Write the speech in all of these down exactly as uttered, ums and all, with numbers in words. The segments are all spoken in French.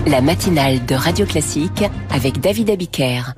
La matinale de Radio Classique avec David Abiker.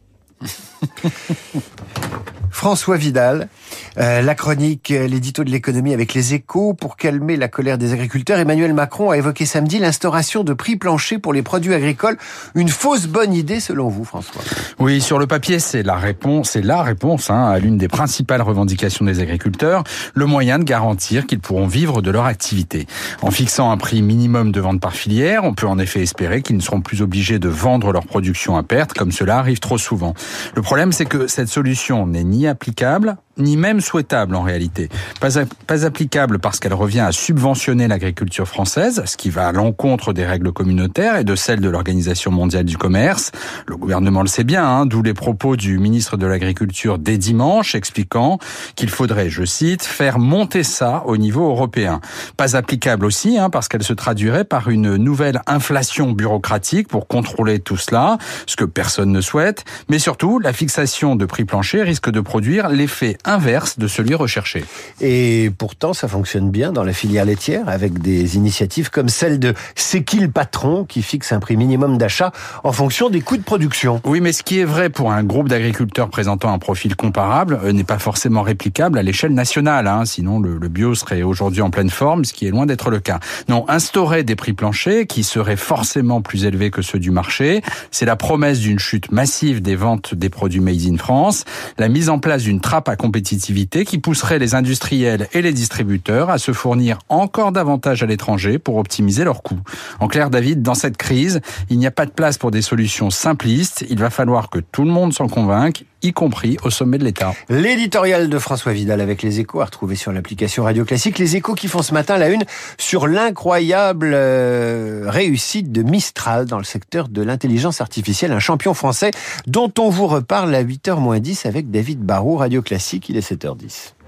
François Vidal, euh, la chronique, l'édito de l'économie avec les Échos. Pour calmer la colère des agriculteurs, Emmanuel Macron a évoqué samedi l'instauration de prix planchers pour les produits agricoles. Une fausse bonne idée selon vous, François? Oui, sur le papier, c'est la réponse, c'est la réponse hein, à l'une des principales revendications des agriculteurs, le moyen de garantir qu'ils pourront vivre de leur activité. En fixant un prix minimum de vente par filière, on peut en effet espérer qu'ils ne seront plus obligés de vendre leur production à perte, comme cela arrive trop souvent. Le problème, c'est que cette solution n'est ni applicable, ni même souhaitable en réalité. Pas, a, pas applicable parce qu'elle revient à subventionner l'agriculture française, ce qui va à l'encontre des règles communautaires et de celles de l'Organisation mondiale du commerce. Le gouvernement le sait bien, hein, d'où les propos du ministre de l'Agriculture dès dimanche expliquant qu'il faudrait, je cite, faire monter ça au niveau européen. Pas applicable aussi, hein, parce qu'elle se traduirait par une nouvelle inflation bureaucratique pour contrôler tout cela, ce que personne ne souhaite. Mais surtout, la fixation de prix planchers risque de produire l'effet inverse de celui recherché. Et pourtant, ça fonctionne bien dans la filière laitière avec des initiatives comme celle de C'est qui le patron qui fixe un prix minimum d'achat en fonction des coûts de production. Oui, mais ce qui est vrai pour un groupe d'agriculteurs présentant un profil comparable euh, n'est pas forcément réplicable à l'échelle nationale. Hein, sinon, le, le bio serait aujourd'hui en pleine forme, ce qui est loin d'être le cas. Non, instaurer des prix planchers qui seraient forcément plus élevés que ceux du marché, c'est la promesse d'une chute massive des ventes des produits made in France, la mise en place d'une trappe à compétitivité qui pousserait les industriels et les distributeurs à se fournir encore davantage à l'étranger pour optimiser leurs coûts. En clair, David, dans cette crise, il n'y a pas de place pour des solutions simplistes. Il va falloir que tout le monde s'en convainque, y compris au sommet de l'État. L'éditorial de François Vidal avec les Échos à retrouver sur l'application Radio Classique. Les Échos qui font ce matin la une sur l'incroyable euh, réussite de Mistral dans le secteur de l'intelligence artificielle, un champion français dont on vous reparle à huit heures moins dix avec David Barrault, Radio Classique. Il est sept heures dix.